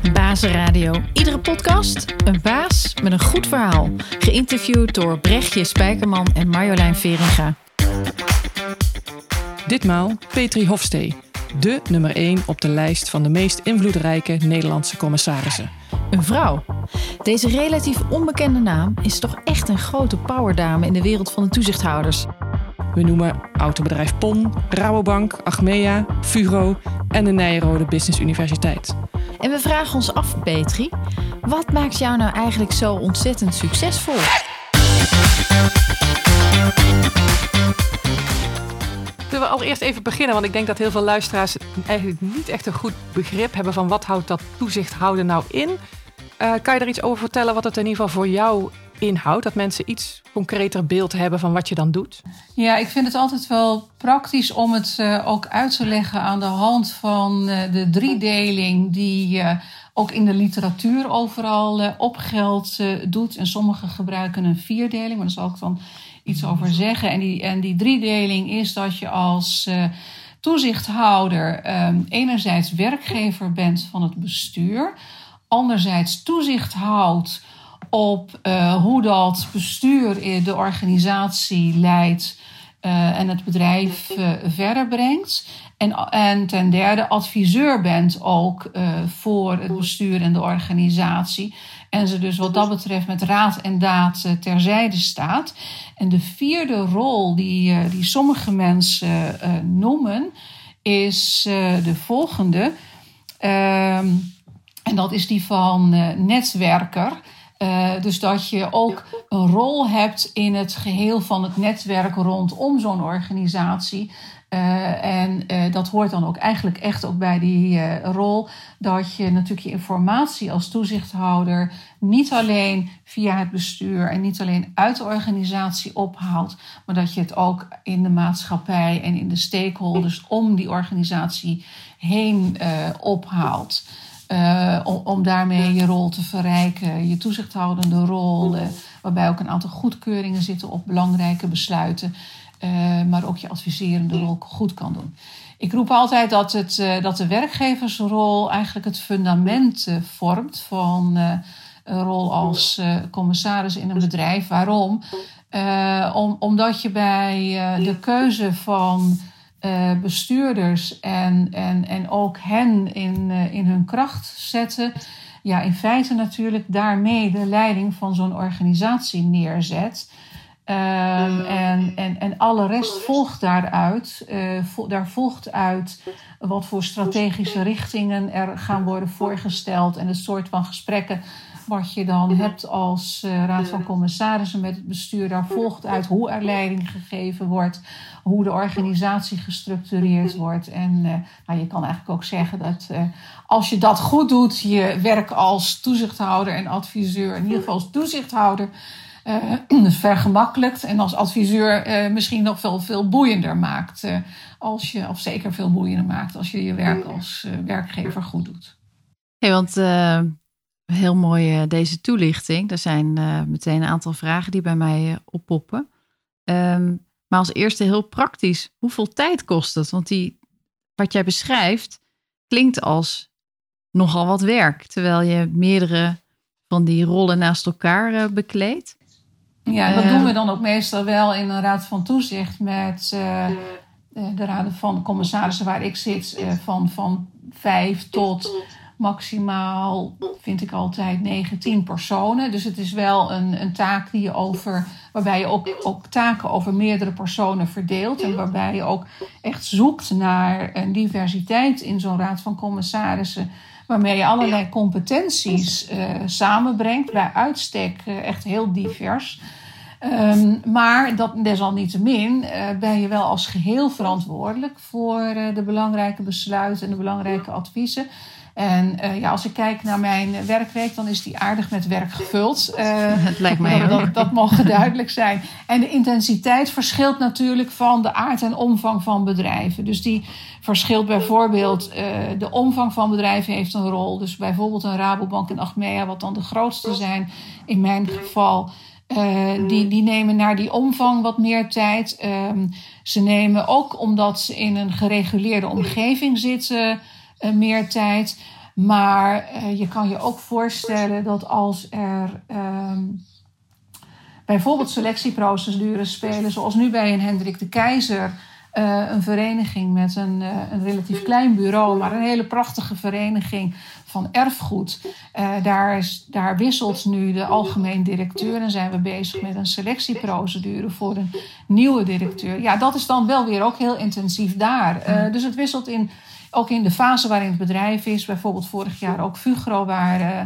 Bazenradio. Iedere podcast een baas met een goed verhaal. Geïnterviewd door Brechtje Spijkerman en Marjolein Veringa. Ditmaal Petri Hofstee, de nummer 1 op de lijst van de meest invloedrijke Nederlandse commissarissen. Een vrouw. Deze relatief onbekende naam is toch echt een grote powerdame in de wereld van de toezichthouders. We noemen autobedrijf PON, Rabobank, Achmea, Fugro en de Nijrode Business Universiteit. En we vragen ons af, Petri, wat maakt jou nou eigenlijk zo ontzettend succesvol? Zullen we allereerst even beginnen, want ik denk dat heel veel luisteraars eigenlijk niet echt een goed begrip hebben van wat houdt dat toezicht houden nou in. Kan je er iets over vertellen wat het in ieder geval voor jou inhoudt? Dat mensen iets concreter beeld hebben van wat je dan doet? Ja, ik vind het altijd wel praktisch om het ook uit te leggen aan de hand van de driedeling die ook in de literatuur overal opgeld doet. En sommigen gebruiken een vierdeling, maar daar zal ik dan iets over zeggen. En die driedeling is dat je als toezichthouder enerzijds werkgever bent van het bestuur, anderzijds toezicht houdt op hoe dat bestuur de organisatie leidt en het bedrijf verder brengt. En ten derde adviseur bent ook voor het bestuur en de organisatie. En ze dus wat dat betreft met raad en daad terzijde staat. En de vierde rol die sommige mensen noemen is de volgende. En dat is die van netwerker. Dus dat je ook een rol hebt in het geheel van het netwerk rondom zo'n organisatie. En dat hoort dan ook eigenlijk echt ook bij die rol dat je natuurlijk je informatie als toezichthouder niet alleen via het bestuur en niet alleen uit de organisatie ophaalt, maar dat je het ook in de maatschappij en in de stakeholders om die organisatie heen ophaalt. Om daarmee je rol te verrijken, je toezichthoudende rol, waarbij ook een aantal goedkeuringen zitten op belangrijke besluiten, maar ook je adviserende rol goed kan doen. Ik roep altijd dat de werkgeversrol eigenlijk het fundament vormt van een rol als commissaris in een bedrijf. Waarom? Omdat je bij de keuze van bestuurders en ook hen in hun kracht zetten, ja, in feite natuurlijk daarmee de leiding van zo'n organisatie neerzet. En alle rest volgt daaruit. Daar volgt uit wat voor strategische richtingen er gaan worden voorgesteld en het soort van gesprekken wat je dan hebt als raad van commissarissen met het bestuur. Daar volgt uit hoe er leiding gegeven wordt, hoe de organisatie gestructureerd wordt. En je kan eigenlijk ook zeggen dat als je dat goed doet, je werk als toezichthouder en adviseur, in ieder geval als toezichthouder, vergemakkelijkt en als adviseur misschien nog veel boeiender maakt. Of zeker veel boeiender maakt als je je werk als werkgever goed doet. Hey, want heel mooi deze toelichting. Er zijn meteen een aantal vragen die bij mij oppoppen. Maar als eerste heel praktisch, hoeveel tijd kost het? Want wat jij beschrijft klinkt als nogal wat werk, terwijl je meerdere van die rollen naast elkaar bekleedt. Ja, dat doen we dan ook meestal wel in een raad van toezicht met de raden van commissarissen waar ik zit, van 5 tot maximaal, vind ik altijd, 19 personen. Dus het is wel een taak die je waarbij je ook taken over meerdere personen verdeelt en waarbij je ook echt zoekt naar een diversiteit in zo'n raad van commissarissen, waarmee je allerlei competenties samenbrengt. Bij uitstek echt heel divers. Maar desalniettemin ben je wel als geheel verantwoordelijk voor de belangrijke besluiten en de belangrijke adviezen. En als ik kijk naar mijn werkweek, dan is die aardig met werk gevuld. Het lijkt mij ook. Dat mag duidelijk zijn. En de intensiteit verschilt natuurlijk van de aard en omvang van bedrijven. Dus die verschilt bijvoorbeeld, de omvang van bedrijven heeft een rol. Dus bijvoorbeeld een Rabobank en Achmea, wat dan de grootste zijn in mijn geval. Die nemen naar die omvang wat meer tijd. Ze nemen ook, omdat ze in een gereguleerde omgeving zitten, meer tijd. Maar je kan je ook voorstellen dat als er bijvoorbeeld selectieprocedures spelen, zoals nu bij een Hendrik de Keizer, een vereniging met een relatief klein bureau, maar een hele prachtige vereniging van erfgoed. Daar wisselt nu de algemeen directeur en zijn we bezig met een selectieprocedure voor een nieuwe directeur. Ja, dat is dan wel weer ook heel intensief daar. Dus het wisselt ook in de fase waarin het bedrijf is. Bijvoorbeeld vorig jaar ook Fugro, waar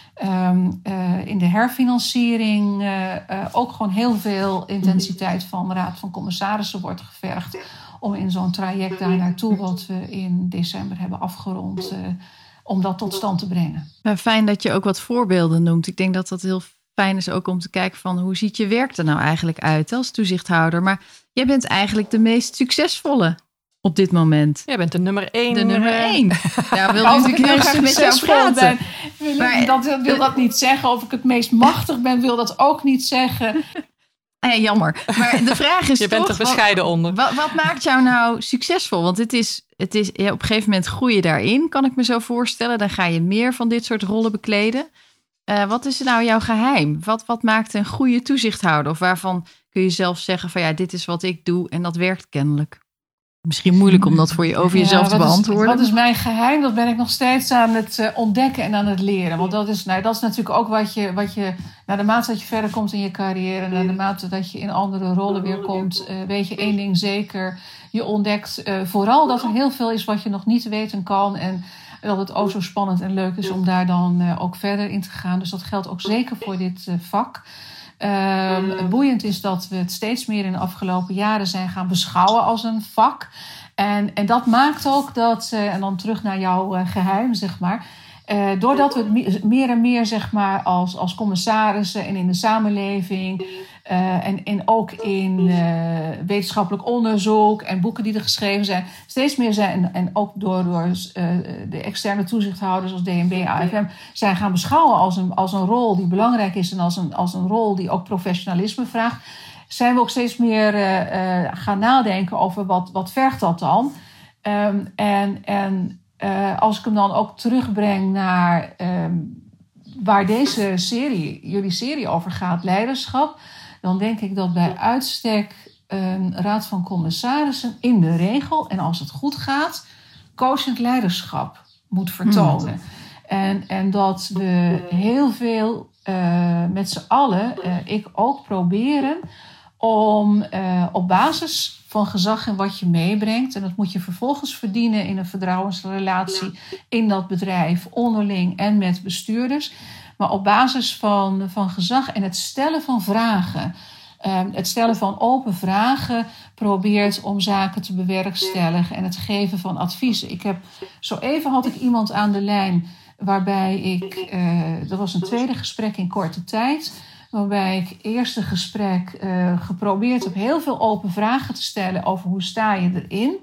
in de herfinanciering ook gewoon heel veel intensiteit van de Raad van Commissarissen wordt gevergd om in zo'n traject daar naartoe, wat we in december hebben afgerond, om dat tot stand te brengen. Maar fijn dat je ook wat voorbeelden noemt. Ik denk dat dat heel fijn is ook om te kijken van hoe ziet je werk er nou eigenlijk uit als toezichthouder. Maar jij bent eigenlijk de meest succesvolle op dit moment. Jij bent de nummer 1. De nummer 1. Ja, wil Als ik het heel meest graag met jou succesvol praten. ben, wil dat niet zeggen. Of ik het meest machtig ben, wil dat ook niet zeggen. Ja, jammer. Maar de vraag is je bent er bescheiden onder. Wat maakt jou nou succesvol? Want het is op een gegeven moment groei je daarin, kan ik me zo voorstellen. Dan ga je meer van dit soort rollen bekleden. Wat is nou jouw geheim? Wat maakt een goede toezichthouder? Of waarvan kun je zelf zeggen van ja, dit is wat ik doe en dat werkt kennelijk? Misschien moeilijk om dat over jezelf te beantwoorden. Wat is mijn geheim? Dat ben ik nog steeds aan het ontdekken en aan het leren. Want dat is natuurlijk ook wat je naar de mate dat je verder komt in je carrière, naar de mate dat je in andere rollen weer komt, weet je één ding zeker. Je ontdekt vooral dat er heel veel is wat je nog niet weten kan. En dat het ook zo spannend en leuk is om daar dan ook verder in te gaan. Dus dat geldt ook zeker voor dit vak. Boeiend is dat we het steeds meer in de afgelopen jaren zijn gaan beschouwen als een vak. En dat maakt ook dat, en dan terug naar jouw geheim, zeg maar. Doordat we het meer en meer, zeg maar, als commissarissen en in de samenleving en ook in wetenschappelijk onderzoek en boeken die er geschreven zijn, steeds meer zijn en ook door de externe toezichthouders als DNB, AFM zijn gaan beschouwen als een rol die belangrijk is en als een rol die ook professionalisme vraagt, zijn we ook steeds meer gaan nadenken over wat vergt dat dan. Als ik hem dan ook terugbreng naar waar jullie serie over gaat, leiderschap, dan denk ik dat bij uitstek een raad van commissarissen in de regel, en als het goed gaat, coachend leiderschap moet vertonen. En dat we heel veel met z'n allen, ik ook, proberen om op basis van gezag en wat je meebrengt, en dat moet je vervolgens verdienen in een vertrouwensrelatie in dat bedrijf, onderling en met bestuurders, maar op basis van gezag en het stellen van vragen, het stellen van open vragen, probeert om zaken te bewerkstelligen en het geven van adviezen. Zo even had ik iemand aan de lijn waarbij ik, dat was een tweede gesprek in korte tijd, waarbij ik eerste gesprek geprobeerd heb heel veel open vragen te stellen over hoe sta je erin.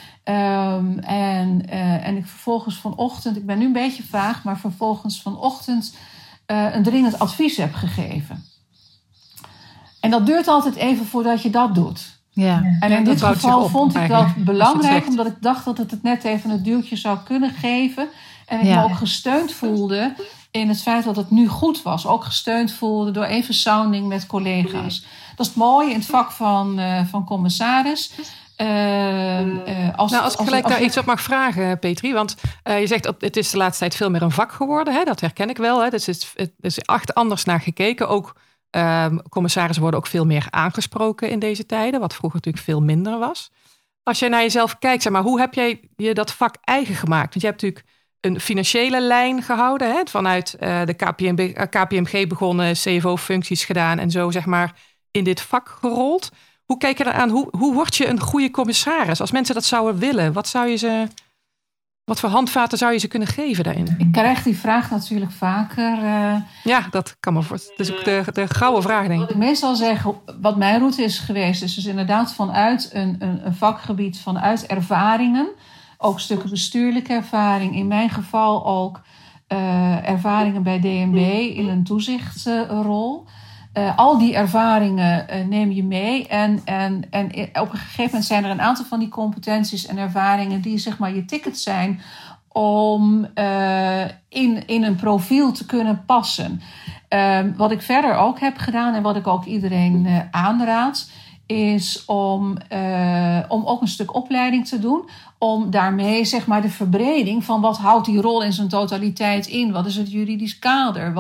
En ik vervolgens vanochtend, ik ben nu een beetje vaag, maar vervolgens vanochtend een dringend advies heb gegeven. En dat duurt altijd even voordat je dat doet. Ja. En in dit geval vond ik dat belangrijk, omdat ik dacht dat het net even een duwtje zou kunnen geven. En ik me ook gesteund voelde in het feit dat het nu goed was. Ook gesteund voelde door even sounding met collega's. Dat is het mooie in het vak van commissaris. Als ik gelijk daar iets op mag vragen, Petri. Want je zegt, het is de laatste tijd veel meer een vak geworden. Hè? Dat herken ik wel. Hè? Dus het is echt anders naar gekeken. Ook commissarissen worden ook veel meer aangesproken in deze tijden. Wat vroeger natuurlijk veel minder was. Als je naar jezelf kijkt, zeg maar, hoe heb jij je dat vak eigen gemaakt? Want je hebt natuurlijk een financiële lijn gehouden. Hè? Vanuit de KPMG begonnen, CFO-functies gedaan en zo, zeg maar, in dit vak gerold. Hoe kijk je eraan? Hoe word je een goede commissaris? Als mensen dat zouden willen, wat voor handvaten zou je ze kunnen geven daarin? Ik krijg die vraag natuurlijk vaker. Ja, dat kan me voor. Dat is ook de gouden vraag, denk ik. Wat ik meestal zeg, wat mijn route is geweest, is dus inderdaad vanuit een vakgebied, vanuit ervaringen. Ook stukken bestuurlijke ervaring. In mijn geval ook ervaringen bij DNB in een toezichtrol. Al die ervaringen neem je mee. En op een gegeven moment zijn er een aantal van die competenties en ervaringen die, zeg maar, je ticket zijn om in een profiel te kunnen passen. Wat ik verder ook heb gedaan en wat ik ook iedereen aanraad, is om ook een stuk opleiding te doen. Om daarmee zeg maar de verbreding van wat houdt die rol in zijn totaliteit in? Wat is het juridisch kader?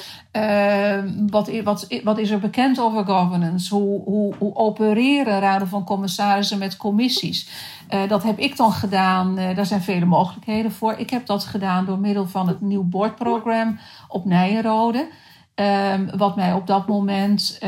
Wat is er bekend over governance? Hoe opereren raden van commissarissen met commissies? Dat heb ik dan gedaan. Daar zijn vele mogelijkheden voor. Ik heb dat gedaan door middel van het New Board Program op Nijenrode. Wat mij op dat moment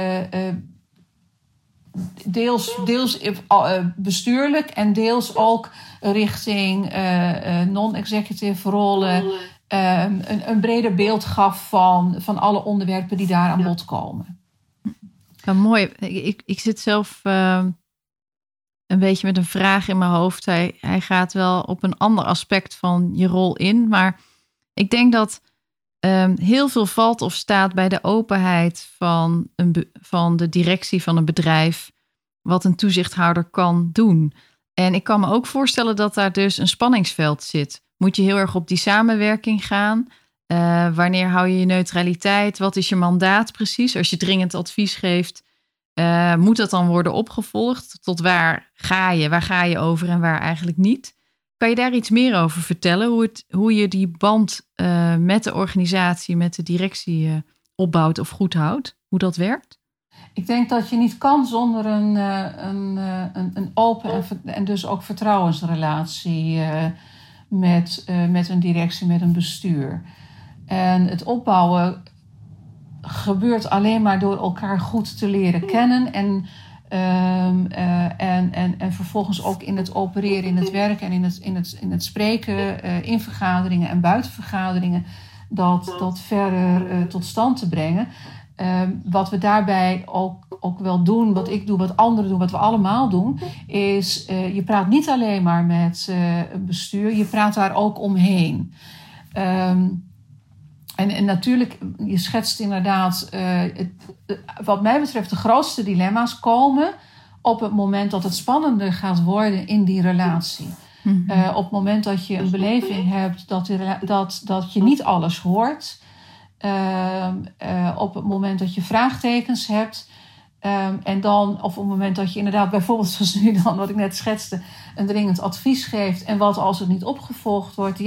deels bestuurlijk en deels ook richting non-executive rollen een breder beeld gaf van alle onderwerpen die daar aan bod komen. Ja, mooi. Ik zit zelf een beetje met een vraag in mijn hoofd. Hij gaat wel op een ander aspect van je rol in, maar ik denk dat heel veel valt of staat bij de openheid van de directie van een bedrijf, wat een toezichthouder kan doen. En ik kan me ook voorstellen dat daar dus een spanningsveld zit. Moet je heel erg op die samenwerking gaan? Wanneer hou je je neutraliteit? Wat is je mandaat precies? Als je dringend advies geeft, moet dat dan worden opgevolgd? Tot waar ga je? Waar ga je over en waar eigenlijk niet? Kan je daar iets meer over vertellen? Hoe je die band met de organisatie, met de directie opbouwt of goed houdt? Hoe dat werkt? Ik denk dat je niet kan zonder een open en dus ook vertrouwensrelatie met een directie, met een bestuur. En het opbouwen gebeurt alleen maar door elkaar goed te leren kennen en vervolgens ook in het opereren, in het werken en in het spreken, in vergaderingen en buiten vergaderingen, dat verder tot stand te brengen. Wat we daarbij ook wel doen, wat ik doe, wat anderen doen, wat we allemaal doen, is je praat niet alleen maar met bestuur, je praat daar ook omheen. En natuurlijk, je schetst inderdaad, wat mij betreft, de grootste dilemma's komen op het moment dat het spannender gaat worden in die relatie. Mm-hmm. Op het moment dat je een beleving hebt dat je niet alles hoort. Op het moment dat je vraagtekens hebt. En dan, of op het moment dat je inderdaad bijvoorbeeld, zoals nu dan, wat ik net schetste, een dringend advies geeft. En wat als het niet opgevolgd wordt.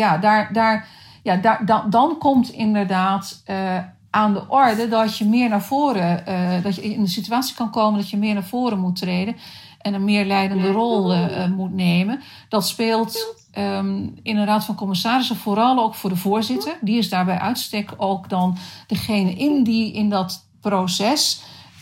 Dan komt inderdaad aan de orde dat je meer naar voren, dat je in de situatie kan komen dat je meer naar voren moet treden en een meer leidende rol moet nemen. Dat speelt in een raad van commissarissen vooral ook voor de voorzitter. Die is daarbij uitstek ook dan degene in dat proces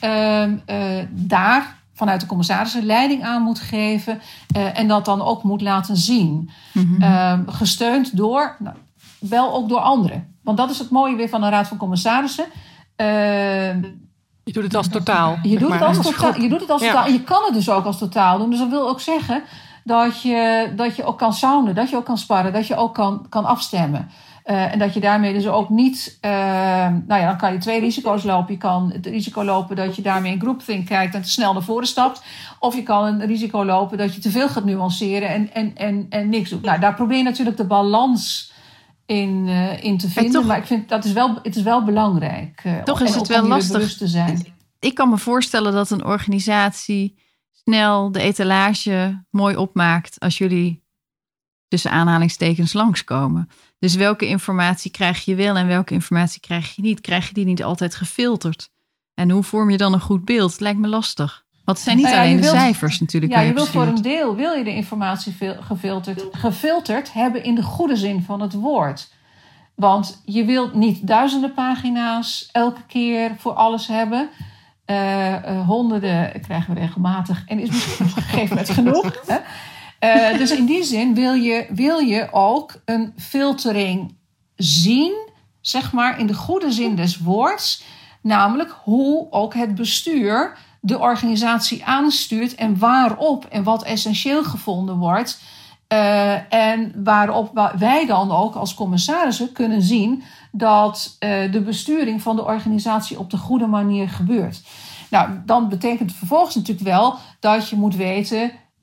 daar vanuit de commissarissen leiding aan moet geven en dat dan ook moet laten zien. Mm-hmm. Gesteund door, wel ook door anderen. Want dat is het mooie weer van een raad van commissarissen. Je doet het als totaal. Je doet het als totaal. En je kan het dus ook als totaal doen. Dus dat wil ook zeggen dat je ook kan sounden, dat je ook kan sparren, dat je ook kan afstemmen. En dat je daarmee dus ook niet... dan kan je 2 risico's lopen. Je kan het risico lopen dat je daarmee in groupthink kijkt en te snel naar voren stapt. Of je kan een risico lopen dat je te veel gaat nuanceren en niks doet. Nou, daar probeer je natuurlijk de balans in te vinden. Toch, maar ik vind het is wel belangrijk. Toch is het wel lastig te zijn. Ik kan me voorstellen dat een organisatie snel de etalage mooi opmaakt als jullie tussen aanhalingstekens langskomen. Dus welke informatie krijg je wel en welke informatie krijg je niet? Krijg je die niet altijd gefilterd? En hoe vorm je dan een goed beeld? Het lijkt me lastig. Want het zijn niet alleen de cijfers natuurlijk. Ja, je wil voor een deel de informatie gefilterd hebben in de goede zin van het woord. Want je wilt niet duizenden pagina's elke keer voor alles hebben. Honderden krijgen we regelmatig en is misschien op een gegeven moment genoeg. Hè? Dus in die zin wil je ook een filtering zien, zeg maar in de goede zin des woords. Namelijk hoe ook het bestuur de organisatie aanstuurt en waarop en wat essentieel gevonden wordt. En waarop wij dan ook als commissarissen kunnen zien dat de besturing van de organisatie op de goede manier gebeurt. Nou, dan betekent het vervolgens natuurlijk wel dat je moet weten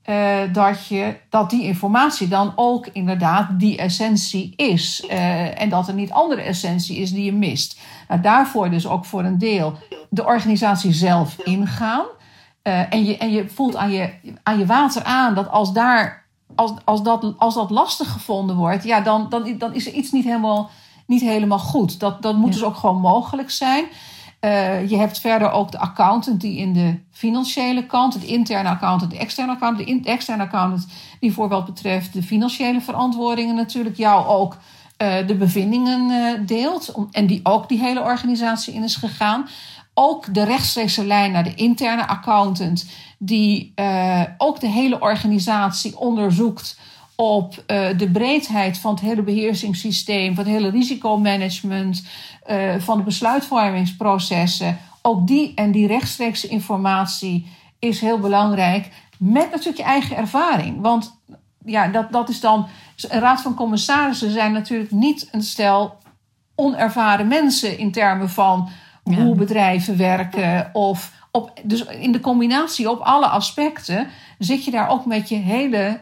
dat die informatie dan ook inderdaad die essentie is. En dat er niet andere essentie is die je mist. Nou, daarvoor dus ook voor een deel de organisatie zelf ingaan. En je voelt aan je water aan dat als dat lastig gevonden wordt, ja, dan is er iets niet helemaal goed. Dat moet dus ook gewoon mogelijk zijn. Je hebt verder ook de accountant die in de financiële kant, de interne accountant, de externe accountant. De externe accountant die voor wat betreft de financiële verantwoordingen natuurlijk jou ook de bevindingen deelt. En die ook die hele organisatie in is gegaan. Ook de rechtstreekse lijn naar de interne accountant die ook de hele organisatie onderzoekt op de breedheid van het hele beheersingssysteem, van het hele risicomanagement, van de besluitvormingsprocessen. Ook die rechtstreekse informatie is heel belangrijk. Met natuurlijk je eigen ervaring. Want ja, dat is dan. Een raad van commissarissen zijn natuurlijk niet een stel onervaren mensen in termen van hoe bedrijven werken. Dus in de combinatie op alle aspecten zit je daar ook met je hele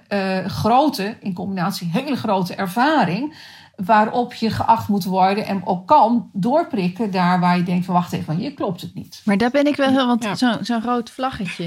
grote ervaring, waarop je geacht moet worden en ook kan doorprikken daar waar je denkt van wacht even, hier klopt het niet. Maar daar ben ik wel heel, want zo'n rood vlaggetje.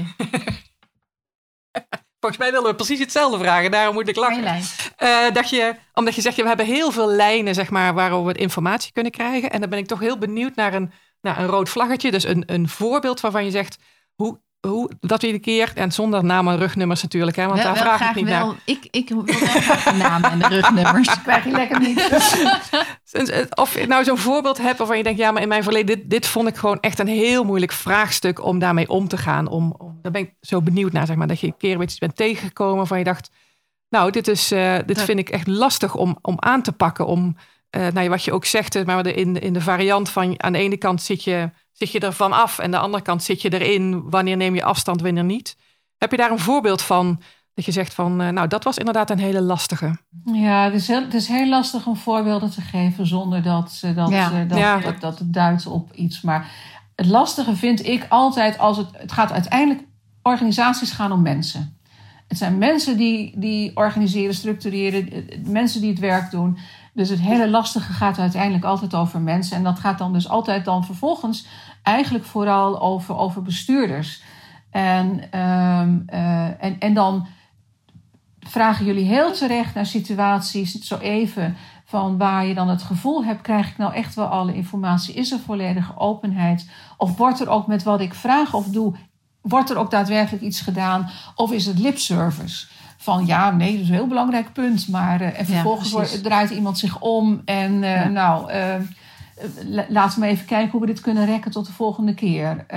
Volgens mij willen we precies hetzelfde vragen, daarom moet ik lachen. Omdat je zegt, we hebben heel veel lijnen zeg maar, waarover we informatie kunnen krijgen. En dan ben ik toch heel benieuwd naar een rood vlaggetje. Dus een voorbeeld waarvan je zegt, hoe dat we een keer, en zonder namen en rugnummers natuurlijk, hè, want daar vraag ik niet naar. Ik wil wel graag de namen en de rugnummers. Dat krijg je lekker niet. Of je nou zo'n voorbeeld hebt waarvan je denkt, ja, maar in mijn verleden, dit vond ik gewoon echt een heel moeilijk vraagstuk om daarmee om te gaan. Daar ben ik zo benieuwd naar, zeg maar, dat je een keer iets bent tegengekomen waarvan je dacht, nou, dit vind ik echt lastig om aan te pakken. Wat je ook zegt, maar in de variant van aan de ene kant zit je er van af en aan de andere kant zit je erin. Wanneer neem je afstand, wanneer niet? Heb je daar een voorbeeld van dat je zegt van, dat was inderdaad een hele lastige? Ja, het is heel lastig om voorbeelden te geven zonder dat het duidt op iets. Maar het lastige vind ik altijd als het gaat uiteindelijk, organisaties gaan om mensen. Het zijn mensen die organiseren, structureren, mensen die het werk doen. Dus het hele lastige gaat uiteindelijk altijd over mensen. En dat gaat dan dus altijd vervolgens eigenlijk vooral over bestuurders. En dan vragen jullie heel terecht naar situaties zo even van waar je dan het gevoel hebt, krijg ik nou echt wel alle informatie? Is er volledige openheid? Of wordt er ook met wat ik vraag of doe, wordt er ook daadwerkelijk iets gedaan? Of is het lipservice? Van ja, nee, dat is een heel belangrijk punt. Maar en vervolgens draait iemand zich om. En laten we even kijken hoe we dit kunnen rekken tot de volgende keer.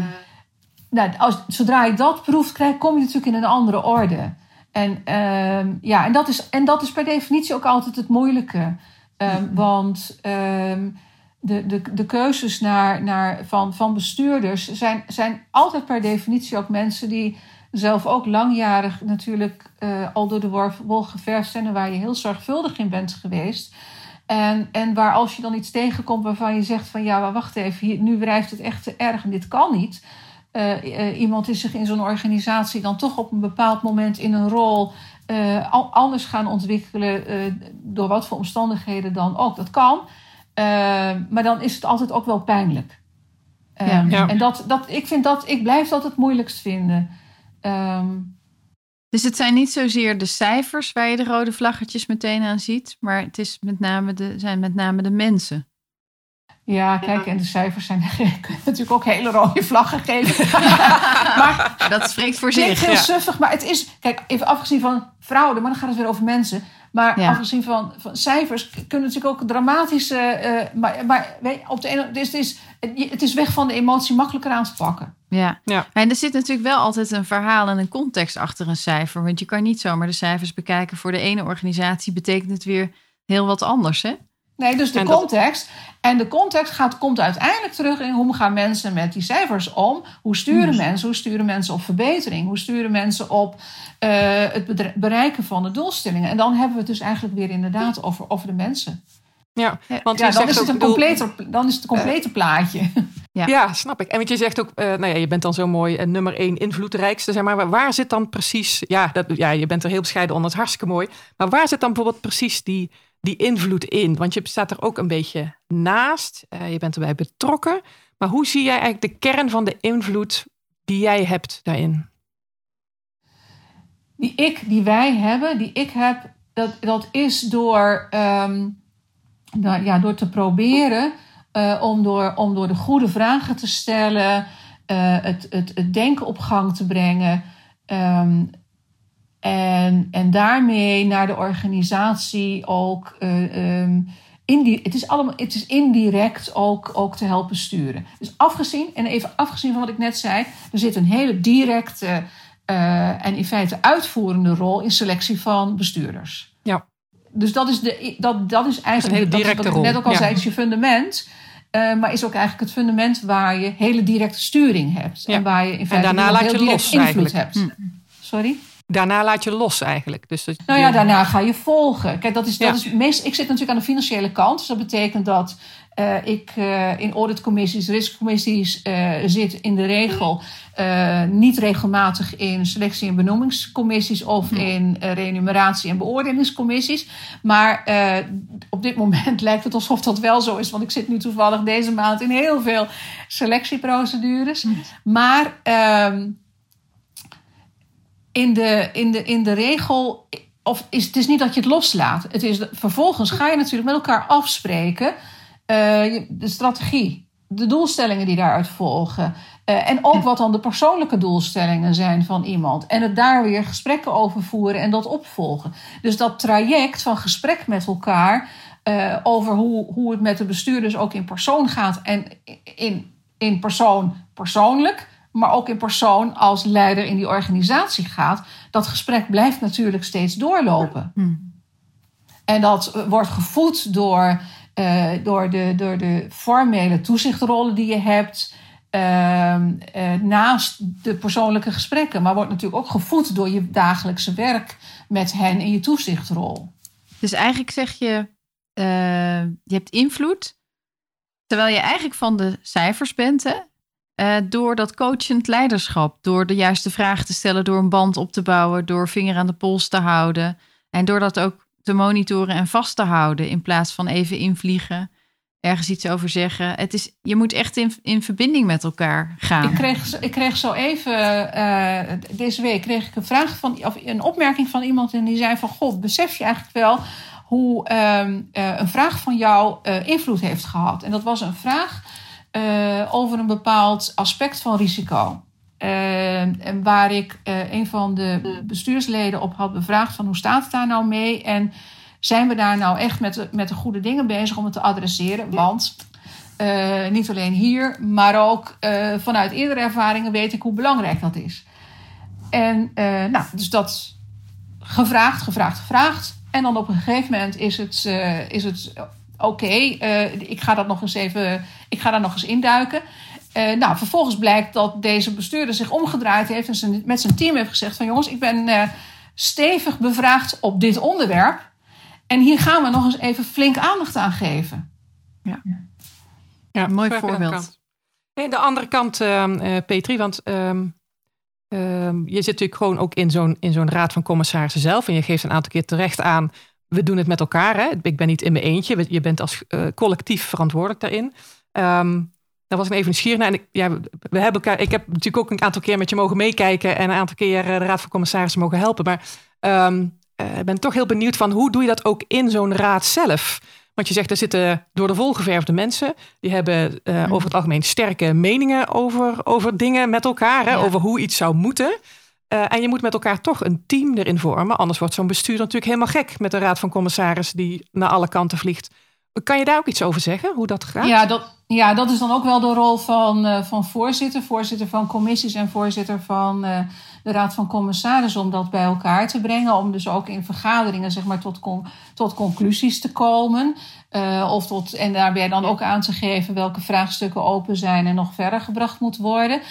Zodra je dat proeft krijgt, kom je natuurlijk in een andere orde. En dat is per definitie ook altijd het moeilijke. Want de keuzes van bestuurders zijn altijd per definitie ook mensen die zelf ook langjarig natuurlijk al door de wol geverfd zijn en waar je heel zorgvuldig in bent geweest. En waar als je dan iets tegenkomt waarvan je zegt van ja, maar wacht even, nu wrijft het echt te erg en dit kan niet. Iemand is zich in zo'n organisatie dan toch op een bepaald moment in een rol anders gaan ontwikkelen, door wat voor omstandigheden dan ook. Dat kan, maar dan is het altijd ook wel pijnlijk. En ik blijf dat het moeilijkst vinden. Dus het zijn niet zozeer de cijfers waar je de rode vlaggetjes meteen aan ziet, maar het is zijn met name de mensen. Ja, kijk, en de cijfers kunnen natuurlijk ook hele rode vlaggen geven. Maar dat spreekt voor zich. Het is heel suffig, maar het is, kijk, even afgezien van fraude, maar dan gaat het weer over mensen. Maar afgezien van cijfers kunnen natuurlijk ook dramatische. Maar op de ene, het is weg van de emotie makkelijker aan te pakken. Ja. En er zit natuurlijk wel altijd een verhaal en een context achter een cijfer. Want je kan niet zomaar de cijfers bekijken. Voor de ene organisatie betekent het weer heel wat anders, hè? Nee, dus de context. En de context komt uiteindelijk terug in hoe gaan mensen met die cijfers om? Hoe sturen mensen? Hoe sturen mensen op verbetering? Hoe sturen mensen op het bereiken van de doelstellingen? En dan hebben we het dus eigenlijk weer inderdaad over de mensen. Ja, want dan is het een complete plaatje. Ja, snap ik. En want je zegt ook, je bent dan zo mooi nummer 1 invloedrijkste, zeg maar. Waar zit dan precies, je bent er heel bescheiden onder, het is hartstikke mooi. Maar waar zit dan bijvoorbeeld precies die invloed in? Want je staat er ook een beetje naast, je bent erbij betrokken. Maar hoe zie jij eigenlijk de kern van de invloed die jij hebt daarin? Die wij hebben, die ik heb, dat is door te proberen om door de goede vragen te stellen, het denken op gang te brengen en daarmee naar de organisatie ook het is indirect ook te helpen sturen. Dus afgezien van wat ik net zei, er zit een hele directe en in feite uitvoerende rol in selectie van bestuurders. Ja. Dus dat is eigenlijk een hele directe rol. Wat ik net ook al zei, is je fundament. Maar is ook eigenlijk het fundament waar je hele directe sturing hebt. Ja. En waar je in feite daarna laat heel je direct los invloed eigenlijk. hebt. Sorry? Daarna laat je los eigenlijk. Dus daarna ga je volgen. Kijk, dat is ik zit natuurlijk aan de financiële kant. Dus dat betekent dat ik in auditcommissies, risicocommissies zit in de regel niet regelmatig in selectie- en benoemingscommissies of in remuneratie- en beoordelingscommissies. Maar op dit moment lijkt het alsof dat wel zo is. Want ik zit nu toevallig deze maand in heel veel selectieprocedures. Maar in de regel, het is niet dat je het loslaat. Het is vervolgens ga je natuurlijk met elkaar afspreken de strategie, de doelstellingen die daaruit volgen. En ook wat dan de persoonlijke doelstellingen zijn van iemand. En het daar weer gesprekken over voeren en dat opvolgen. Dus dat traject van gesprek met elkaar over hoe het met de bestuurders ook in persoon gaat. En in persoon persoonlijk, maar ook in persoon als leider in die organisatie gaat. Dat gesprek blijft natuurlijk steeds doorlopen. En dat wordt gevoed door de formele toezichtrollen die je hebt. Naast de persoonlijke gesprekken. Maar wordt natuurlijk ook gevoed door je dagelijkse werk met hen in je toezichtrol. Dus eigenlijk zeg je, je hebt invloed. Terwijl je eigenlijk van de cijfers bent. Door dat coachend leiderschap. Door de juiste vragen te stellen. Door een band op te bouwen. Door vinger aan de pols te houden. En door dat ook te monitoren en vast te houden. In plaats van even invliegen. Ergens iets over zeggen. Je moet echt in verbinding met elkaar gaan. Ik kreeg zo even... deze week kreeg ik een opmerking van iemand. En die zei van... Goh, besef je eigenlijk wel hoe een vraag van jou invloed heeft gehad? En dat was een vraag over een bepaald aspect van risico. En waar ik een van de bestuursleden op had bevraagd van hoe staat het daar nou mee? En zijn we daar nou echt met de goede dingen bezig om het te adresseren? Want niet alleen hier, maar ook vanuit eerdere ervaringen weet ik hoe belangrijk dat is. En dus dat gevraagd. En dan op een gegeven moment is het oké, ik ga daar nog eens induiken. Vervolgens blijkt dat deze bestuurder zich omgedraaid heeft en met zijn team heeft gezegd van jongens, ik ben stevig bevraagd op dit onderwerp. En hier gaan we nog eens even flink aandacht aan geven. Ja, mooi voorbeeld. De andere kant, Petri, want je zit natuurlijk gewoon ook in zo'n raad van commissarissen zelf. En je geeft een aantal keer terecht aan, we doen het met elkaar. Hè? Ik ben niet in mijn eentje. Je bent als collectief verantwoordelijk daarin. Daar was ik even nieuwsgierig naar. En ik heb natuurlijk ook een aantal keer met je mogen meekijken en een aantal keer de raad van commissarissen mogen helpen. Maar ik ben toch heel benieuwd van hoe doe je dat ook in zo'n raad zelf? Want je zegt, er zitten door de volgeverfde mensen. Die hebben over het algemeen sterke meningen over dingen met elkaar. Hè? Ja. Over hoe iets zou moeten. En je moet met elkaar toch een team erin vormen. Anders wordt zo'n bestuur natuurlijk helemaal gek met een raad van commissarissen die naar alle kanten vliegt. Kan je daar ook iets over zeggen, hoe dat gaat? Dat is dan ook wel de rol van voorzitter van commissies en voorzitter van de raad van commissarissen om dat bij elkaar te brengen. Om dus ook in vergaderingen zeg maar tot conclusies te komen. En daarbij dan ook aan te geven welke vraagstukken open zijn en nog verder gebracht moet worden.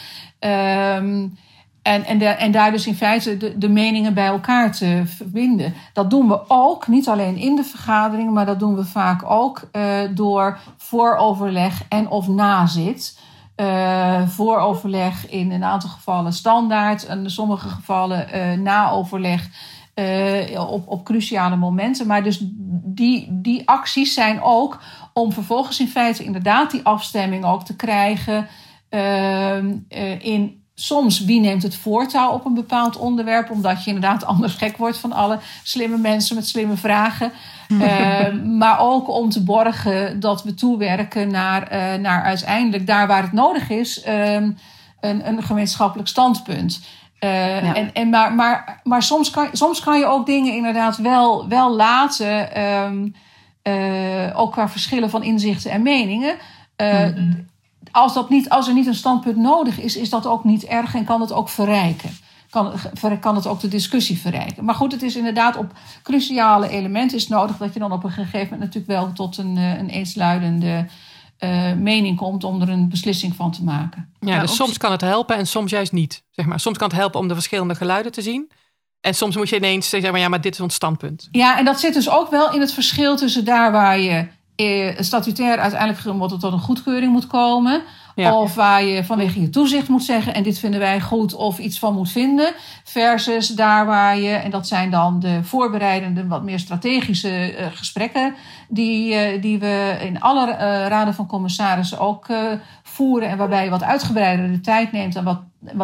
En daar dus in feite de meningen bij elkaar te verbinden. Dat doen we ook, niet alleen in de vergaderingen, maar dat doen we vaak ook door vooroverleg en of nazit. voor overleg, in een aantal gevallen standaard. In sommige gevallen na overleg op cruciale momenten. Maar dus die acties zijn ook om vervolgens in feite inderdaad die afstemming ook te krijgen in soms wie neemt het voortouw op een bepaald onderwerp, omdat je inderdaad anders gek wordt van alle slimme mensen met slimme vragen. Maar ook om te borgen dat we toewerken naar uiteindelijk daar waar het nodig is een gemeenschappelijk standpunt. Maar soms kan je ook dingen inderdaad wel laten, ook qua verschillen van inzichten en meningen. Als er niet een standpunt nodig is, is dat ook niet erg en kan het ook verrijken. Kan het ook de discussie verrijken. Maar goed, het is inderdaad op cruciale elementen is nodig dat je dan op een gegeven moment natuurlijk wel tot een eensluidende mening komt om er een beslissing van te maken. Ja, dus soms kan het helpen en soms juist niet. Zeg maar. Soms kan het helpen om de verschillende geluiden te zien. En soms moet je ineens zeggen, maar dit is ons standpunt. Ja, en dat zit dus ook wel in het verschil tussen daar waar je statutair uiteindelijk tot een goedkeuring moet komen. Ja. Of waar je vanwege je toezicht moet zeggen, en dit vinden wij goed, of iets van moet vinden. Versus daar waar je, en dat zijn dan de voorbereidende, wat meer strategische gesprekken die we in alle raden van commissarissen ook voeren. En waarbij je wat uitgebreider de tijd neemt en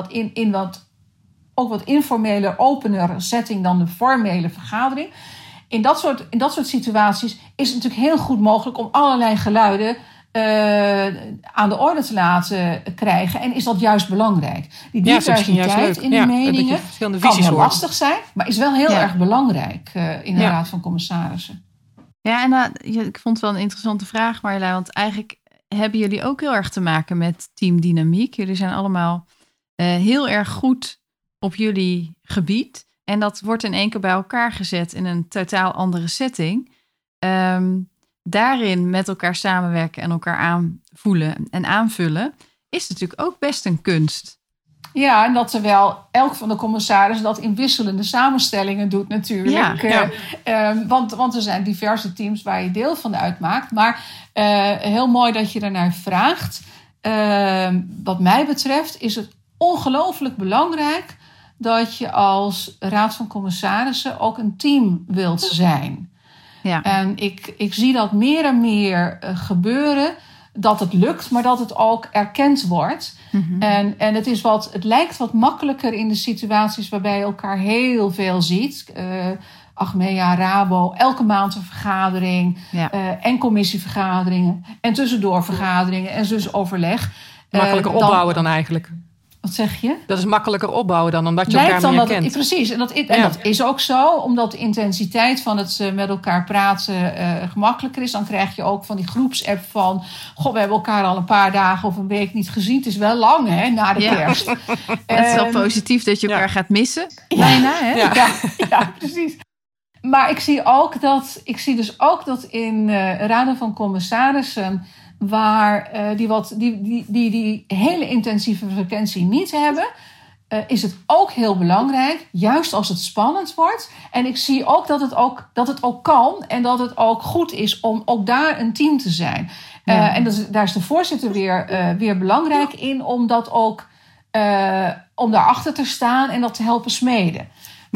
wat informeler, opener setting dan de formele vergadering. In dat soort situaties is het natuurlijk heel goed mogelijk om allerlei geluiden aan de orde te laten krijgen. En is dat juist belangrijk. Die diversiteit in de meningen kan heel lastig zijn, maar is wel heel erg belangrijk in de Raad van Commissarissen. Ja, en ik vond het wel een interessante vraag, Marjolein, want eigenlijk hebben jullie ook heel erg te maken met teamdynamiek. Jullie zijn allemaal heel erg goed op jullie gebied. En dat wordt in één keer bij elkaar gezet in een totaal andere setting. Daarin met elkaar samenwerken en elkaar aanvoelen en aanvullen is natuurlijk ook best een kunst. Ja, en dat terwijl elk van de commissarissen dat in wisselende samenstellingen doet natuurlijk. Want er zijn diverse teams waar je deel van uitmaakt. Maar heel mooi dat je daarnaar vraagt. Wat mij betreft is het ongelooflijk belangrijk dat je als Raad van Commissarissen ook een team wilt zijn. Ja. En ik zie dat meer en meer gebeuren, dat het lukt, maar dat het ook erkend wordt. Mm-hmm. En het lijkt wat makkelijker in de situaties waarbij je elkaar heel veel ziet. Achmea, Rabo, elke maand een vergadering en commissievergaderingen en tussendoor vergaderingen en dus overleg. Makkelijker opbouwen dan eigenlijk. Wat zeg je? Dat is makkelijker opbouwen dan omdat je elkaar meer kent. Precies, en dat is ook zo. Omdat de intensiteit van het met elkaar praten gemakkelijker is. Dan krijg je ook van die groepsapp van, we hebben elkaar al een paar dagen of een week niet gezien. Het is wel lang, hè, na de kerst. Het is wel positief dat je elkaar gaat missen. Bijna, hè? Ja, precies. Maar ik zie dus ook dat in raden van commissarissen waar die hele intensieve frequentie niet hebben, is het ook heel belangrijk, juist als het spannend wordt. En ik zie ook dat het ook kan en dat het ook goed is om ook daar een team te zijn. En daar is de voorzitter weer belangrijk in, om dat ook om daarachter te staan en dat te helpen smeden.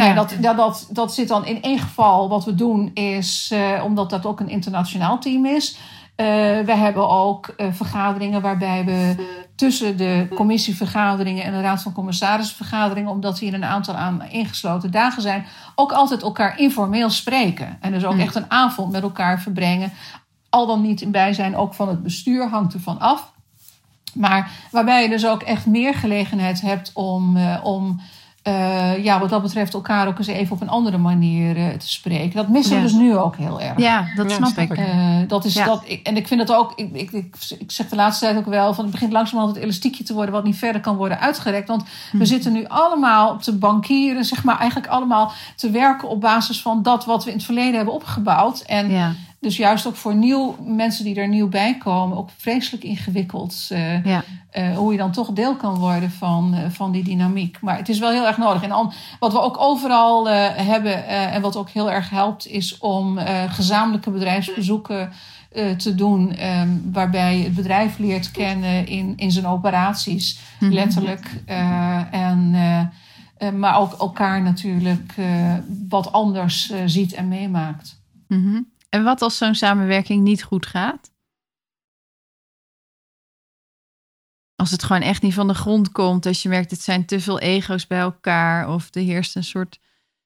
Dat zit dan in één geval. Wat we doen is, omdat dat ook een internationaal team is, we hebben ook vergaderingen waarbij we tussen de commissievergaderingen en de Raad van Commissarissenvergaderingen, omdat die in een aantal ingesloten dagen zijn, ook altijd elkaar informeel spreken. En dus ook echt een avond met elkaar verbrengen. Al dan niet in bijzijn ook van het bestuur, hangt ervan af. Maar waarbij je dus ook echt meer gelegenheid hebt om wat dat betreft elkaar ook eens even op een andere manier te spreken. Dat missen we dus nu ook heel erg. Ja, dat snap ik. En ik vind het ook, ik zeg de laatste tijd ook wel, van het begint langzamerhand het elastiekje te worden wat niet verder kan worden uitgerekt. Want we zitten nu allemaal te bankieren, zeg maar, eigenlijk allemaal te werken op basis van dat wat we in het verleden hebben opgebouwd. En dus juist ook voor mensen die er nieuw bij komen, ook vreselijk ingewikkeld. Hoe je dan toch deel kan worden van die dynamiek. Maar het is wel heel erg nodig. En wat we ook overal hebben en wat ook heel erg helpt, is om gezamenlijke bedrijfsbezoeken te doen. Waarbij je het bedrijf leert kennen in zijn operaties, letterlijk. Maar ook elkaar natuurlijk wat anders ziet en meemaakt. Mm-hmm. En wat als zo'n samenwerking niet goed gaat? Als het gewoon echt niet van de grond komt. Als je merkt, het zijn te veel ego's bij elkaar. Of er heerst een soort...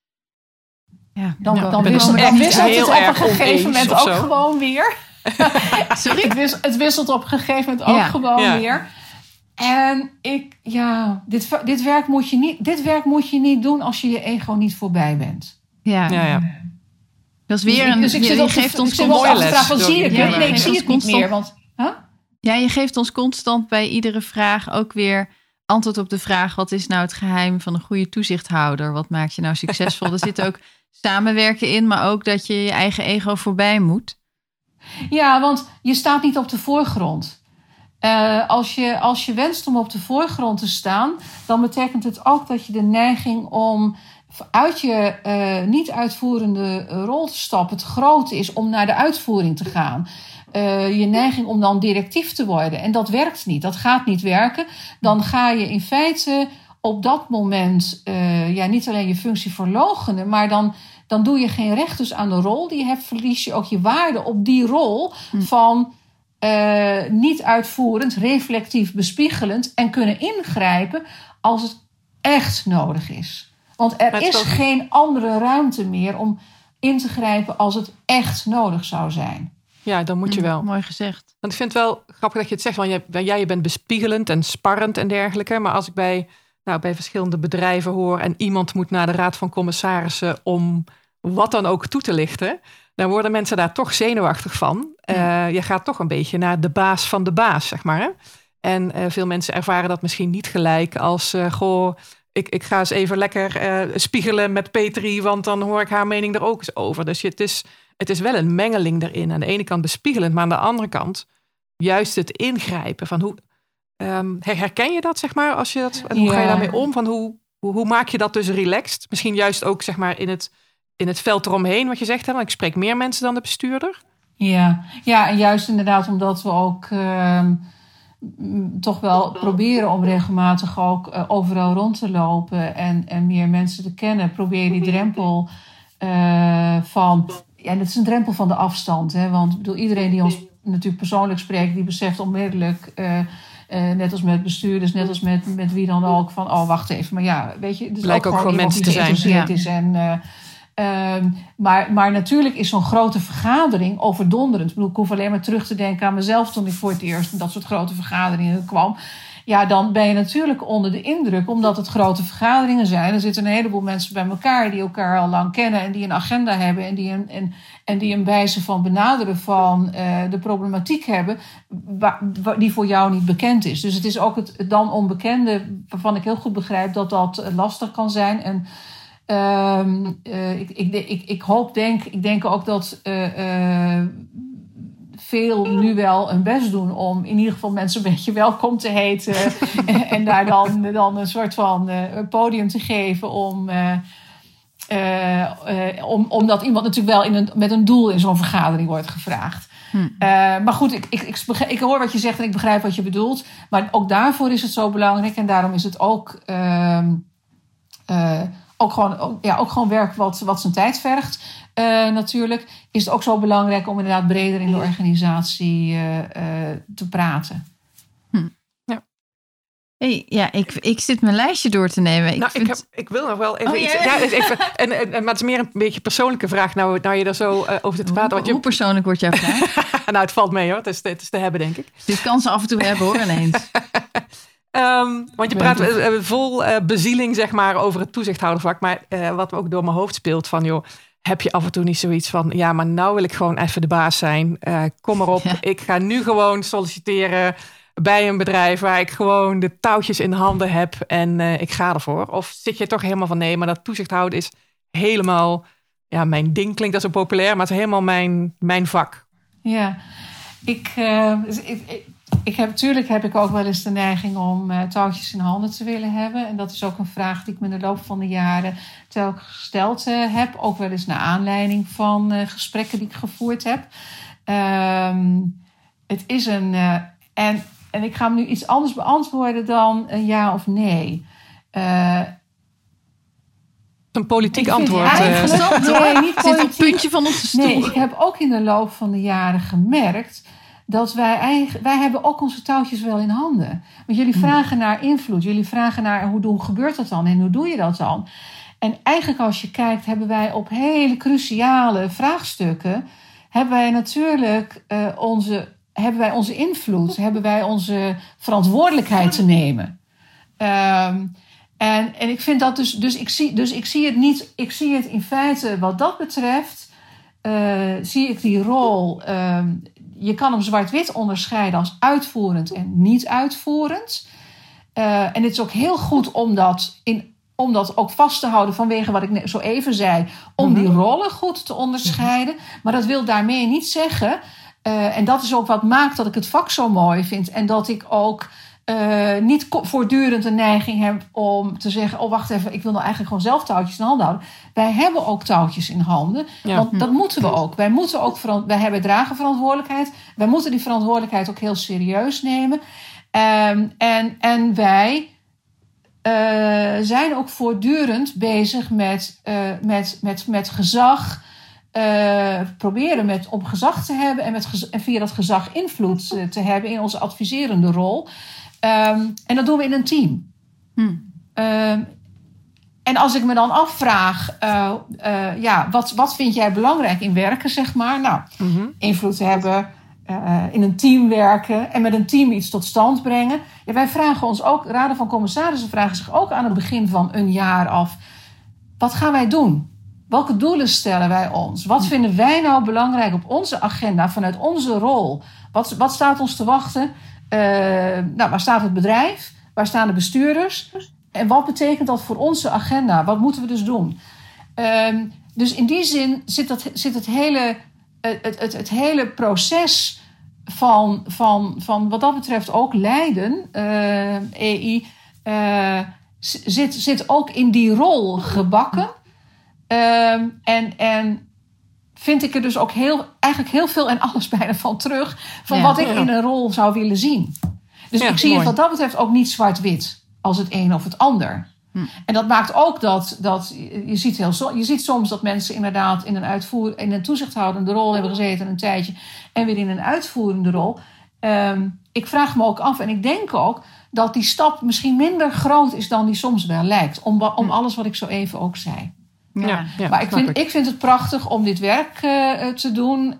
Ja, dan wisselt het op een gegeven moment ook gewoon weer. Sorry? Het wisselt op een gegeven moment ook gewoon weer. En dit werk moet je niet doen als je je ego niet voorbij bent. Ja. Dat is weer je geeft ons een mooie les. Zie ik het? Nee, ik zie het niet meer. Want, ja, je geeft ons constant bij iedere vraag ook weer antwoord op de vraag: wat is nou het geheim van een goede toezichthouder? Wat maakt je nou succesvol? Er zit ook samenwerken in, maar ook dat je je eigen ego voorbij moet. Ja, want je staat niet op de voorgrond. Als je wenst om op de voorgrond te staan, dan betekent het ook dat je de neiging om uit je niet uitvoerende rol te stappen te groot is om naar de uitvoering te gaan. Je neiging om dan directief te worden. En dat werkt niet. Dat gaat niet werken. Dan ga je in feite op dat moment niet alleen je functie verloochenen, maar dan doe je geen recht dus aan de rol die je hebt. Verlies je ook je waarde op die rol van niet uitvoerend, reflectief, bespiegelend en kunnen ingrijpen als het echt nodig is. Want er is geen andere ruimte meer om in te grijpen als het echt nodig zou zijn. Ja, dan moet je wel. Mooi gezegd. Want ik vind het wel grappig dat je het zegt. Want je bent bespiegelend en sparrend en dergelijke. Maar als ik bij verschillende bedrijven hoor en iemand moet naar de Raad van Commissarissen om wat dan ook toe te lichten, dan worden mensen daar toch zenuwachtig van. Je gaat toch een beetje naar de baas van de baas, zeg maar. Hè? En veel mensen ervaren dat misschien niet gelijk als ik ga eens even lekker spiegelen met Petri, want dan hoor ik haar mening er ook eens over. Dus het is wel een mengeling erin. Aan de ene kant bespiegelend, maar aan de andere kant juist het ingrijpen van hoe herken je dat, zeg maar, als je dat, en hoe ga je daarmee om? Van hoe maak je dat dus relaxed? Misschien juist ook, zeg maar, in het veld eromheen, wat je zegt, hè? Want ik spreek meer mensen dan de bestuurder. Ja, en juist inderdaad omdat we ook toch wel proberen om regelmatig ook overal rond te lopen en meer mensen te kennen. Probeer die drempel van... Ja, dat is een drempel van de afstand. Hè? Want ik bedoel, iedereen die ons natuurlijk persoonlijk spreekt, die beseft onmiddellijk, net als met bestuurders, net als met wie dan ook, van wacht even. Maar ja, weet je, het is lijkt ook gewoon mensen te zijn. Is maar natuurlijk is zo'n grote vergadering overdonderend. Ik bedoel, ik hoef alleen maar terug te denken aan mezelf toen ik voor het eerst in dat soort grote vergaderingen kwam. Ja, dan ben je natuurlijk onder de indruk, omdat het grote vergaderingen zijn. Er zitten een heleboel mensen bij elkaar die elkaar al lang kennen en die een agenda hebben en die een wijze van benaderen van de problematiek hebben die voor jou niet bekend is. Dus het is ook het dan onbekende waarvan ik heel goed begrijp dat dat lastig kan zijn. En ik denk ook dat veel nu wel hun best doen om in ieder geval mensen een beetje welkom te heten en daar dan een soort van podium te geven omdat iemand natuurlijk wel met een doel in zo'n vergadering wordt gevraagd. Maar goed, ik hoor wat je zegt en ik begrijp wat je bedoelt. Maar ook daarvoor is het zo belangrijk en daarom is het ook gewoon werk wat zijn tijd vergt. Natuurlijk is het ook zo belangrijk om inderdaad breder in de organisatie te praten. Ja. Hey, ja, ik zit mijn lijstje door te nemen. Ik wil nog wel even iets. Ja, even, maar het is meer een beetje een persoonlijke vraag. Nou je er zo over zit te praten. Hoe persoonlijk wordt jouw vraag? Nou, het valt mee hoor. Het is te hebben, denk ik. Dit kan ze af en toe hebben hoor, ineens. Want je praat vol bezieling, zeg maar, over het toezichthoudervak. Maar wat ook door mijn hoofd speelt van, joh, heb je af en toe niet zoiets van, ja, maar nou wil ik gewoon even de baas zijn. Kom maar op, ik ga nu gewoon solliciteren bij een bedrijf waar ik gewoon de touwtjes in handen heb en ik ga ervoor. Of zit je toch helemaal van, nee, maar dat toezichthouden is helemaal, ja, mijn ding klinkt dat zo populair, maar het is helemaal mijn vak. Ja, Natuurlijk heb ik ook wel eens de neiging om touwtjes in handen te willen hebben. En dat is ook een vraag die ik me in de loop van de jaren telkens gesteld heb. Ook wel eens naar aanleiding van gesprekken die ik gevoerd heb. Het is een... En ik ga hem nu iets anders beantwoorden dan een ja of nee. Een politiek antwoord. Nee, niet Zit op politiek. het puntje van onze stoel. Nee, ik heb ook in de loop van de jaren gemerkt dat wij hebben ook onze touwtjes wel in handen. Want jullie vragen naar invloed. Jullie vragen naar hoe gebeurt dat dan en hoe doe je dat dan? En eigenlijk als je kijkt, hebben wij op hele cruciale vraagstukken, hebben wij natuurlijk onze invloed, hebben wij onze verantwoordelijkheid te nemen. En ik vind dat dus ik zie het niet, ik zie het in feite wat dat betreft, zie ik die rol, je kan hem zwart-wit onderscheiden als uitvoerend en niet uitvoerend. En het is ook heel goed om dat ook vast te houden vanwege wat ik zo even zei, om die rollen goed te onderscheiden. Maar dat wil daarmee niet zeggen, en dat is ook wat maakt dat ik het vak zo mooi vind en dat ik ook niet voortdurend een neiging heb om te zeggen, oh wacht even, ik wil nou eigenlijk gewoon zelf touwtjes in handen houden. Wij hebben ook touwtjes in handen, want dat moeten we ook. Wij hebben dragenverantwoordelijkheid. Wij moeten die verantwoordelijkheid ook heel serieus nemen. En wij zijn ook voortdurend bezig met gezag. Proberen om gezag te hebben en via dat gezag invloed te hebben in onze adviserende rol. En dat doen we in een team. En als ik me dan afvraag, wat vind jij belangrijk in werken, zeg maar? Nou, invloed hebben, in een team werken en met een team iets tot stand brengen. Ja, wij vragen ons ook, Raden van Commissarissen vragen zich ook aan het begin van een jaar af, wat gaan wij doen? Welke doelen stellen wij ons? Wat vinden wij nou belangrijk op onze agenda vanuit onze rol? Wat staat ons te wachten? Waar staat het bedrijf? Waar staan de bestuurders? En wat betekent dat voor onze agenda? Wat moeten we dus doen? Dus in die zin zit het hele proces van wat dat betreft ook Leiden, EI, zit ook in die rol gebakken. En vind ik er dus ook eigenlijk heel veel en alles bijna van terug. Van wat ik in een rol zou willen zien. Dus ik zie het wat dat betreft ook niet zwart-wit. Als het een of het ander. En dat maakt ook dat je ziet soms dat mensen inderdaad in een toezichthoudende rol hebben gezeten een tijdje. En weer in een uitvoerende rol. Ik vraag me ook af en ik denk ook dat die stap misschien minder groot is dan die soms wel lijkt. Om alles wat ik zo even ook zei. Ja. Maar ik vind het prachtig om dit werk te doen.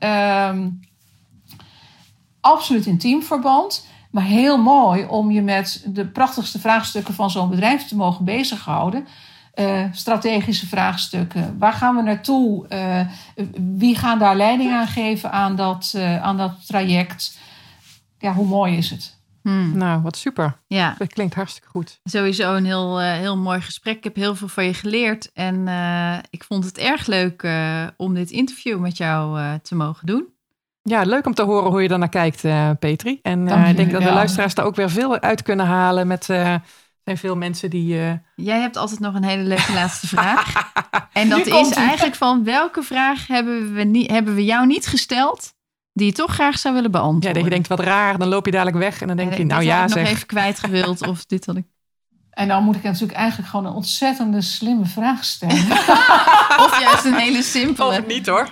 Absoluut in teamverband. Maar heel mooi om je met de prachtigste vraagstukken van zo'n bedrijf te mogen bezighouden. Strategische vraagstukken. Waar gaan we naartoe? Wie gaan daar leiding aan geven aan dat traject? Ja, hoe mooi is het? Nou, wat super. Ja. Dat klinkt hartstikke goed. Sowieso een heel mooi gesprek. Ik heb heel veel van je geleerd. En ik vond het erg leuk om dit interview met jou te mogen doen. Ja, leuk om te horen hoe je daar naar kijkt, Petri. En ik denk dat de luisteraars daar ook weer veel uit kunnen halen. Er zijn veel mensen die... Jij hebt altijd nog een hele leuke laatste vraag. En dat is eigenlijk van welke vraag hebben we jou niet gesteld die je toch graag zou willen beantwoorden? Ja, dat je denkt wat raar, dan loop je dadelijk weg en dan denk je, nou ja zeg. Dit had ik nog even kwijtgewild of dit had ik... En dan moet ik natuurlijk eigenlijk gewoon een ontzettende slimme vraag stellen. Of juist een hele simpele. Of niet hoor.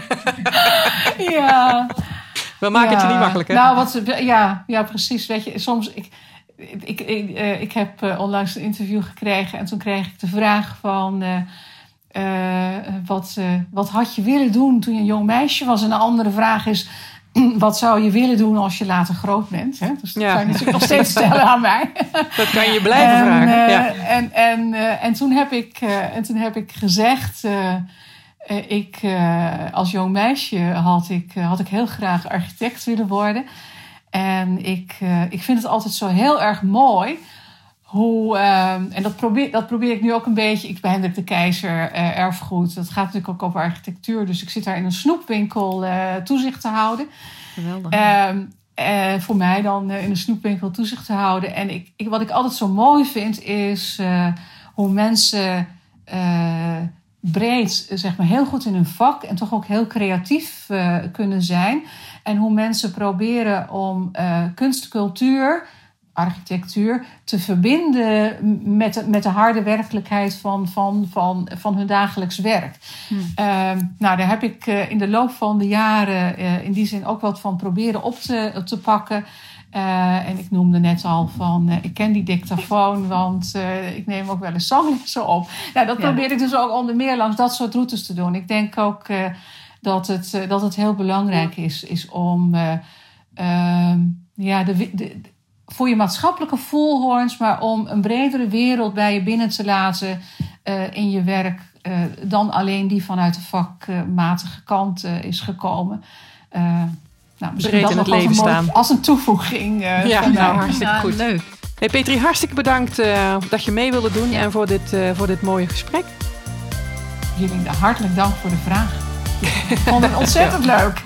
Ja. We maken het je niet makkelijk, hè? Nou, precies. Weet je, soms... Ik heb onlangs een interview gekregen en toen kreeg ik de vraag van... wat had je willen doen toen je een jong meisje was? En een andere vraag is... Wat zou je willen doen als je later groot bent? Hè? Dus dat kan je natuurlijk nog steeds stellen aan mij. Dat kan je blijven vragen. En toen heb ik gezegd... als jong meisje had ik heel graag architect willen worden. En ik vind het altijd zo heel erg mooi... en dat probeer ik nu ook een beetje... Ik ben Hendrik de Keizer erfgoed. Dat gaat natuurlijk ook over architectuur. Dus ik zit daar in een snoepwinkel toezicht te houden. Geweldig. Voor mij dan in een snoepwinkel toezicht te houden. En wat ik altijd zo mooi vind is... hoe mensen breed, zeg maar, heel goed in hun vak en toch ook heel creatief kunnen zijn. En hoe mensen proberen om kunst, cultuur, architectuur te verbinden met de harde werkelijkheid van hun dagelijks werk. Daar heb ik in de loop van de jaren in die zin ook wat van proberen op te pakken. En ik noemde net al van, ik ken die dictafoon, want ik neem ook wel eens zanglessen op. Nou, dat probeer ik dus ook onder meer langs dat soort routes te doen. Ik denk ook dat het heel belangrijk is om voor je maatschappelijke voelhoorns, maar om een bredere wereld bij je binnen te laten in je werk dan alleen die vanuit de vakmatige kant is gekomen. Misschien breed in het leven staan. Als een toevoeging. Hartstikke goed. Leuk. Hey Petri, hartstikke bedankt dat je mee wilde doen en voor dit mooie gesprek. Jullie hartelijk dank voor de vraag. Ik vond het ontzettend leuk.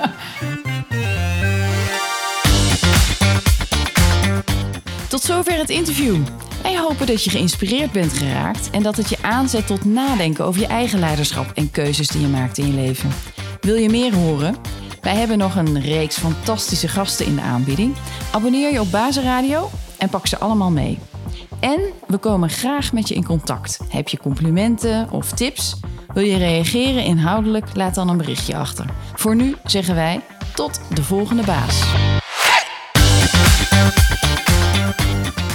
Tot zover het interview. Wij hopen dat je geïnspireerd bent geraakt en dat het je aanzet tot nadenken over je eigen leiderschap en keuzes die je maakt in je leven. Wil je meer horen? Wij hebben nog een reeks fantastische gasten in de aanbieding. Abonneer je op Bazenradio en pak ze allemaal mee. En we komen graag met je in contact. Heb je complimenten of tips? Wil je reageren inhoudelijk? Laat dan een berichtje achter. Voor nu zeggen wij tot de volgende baas.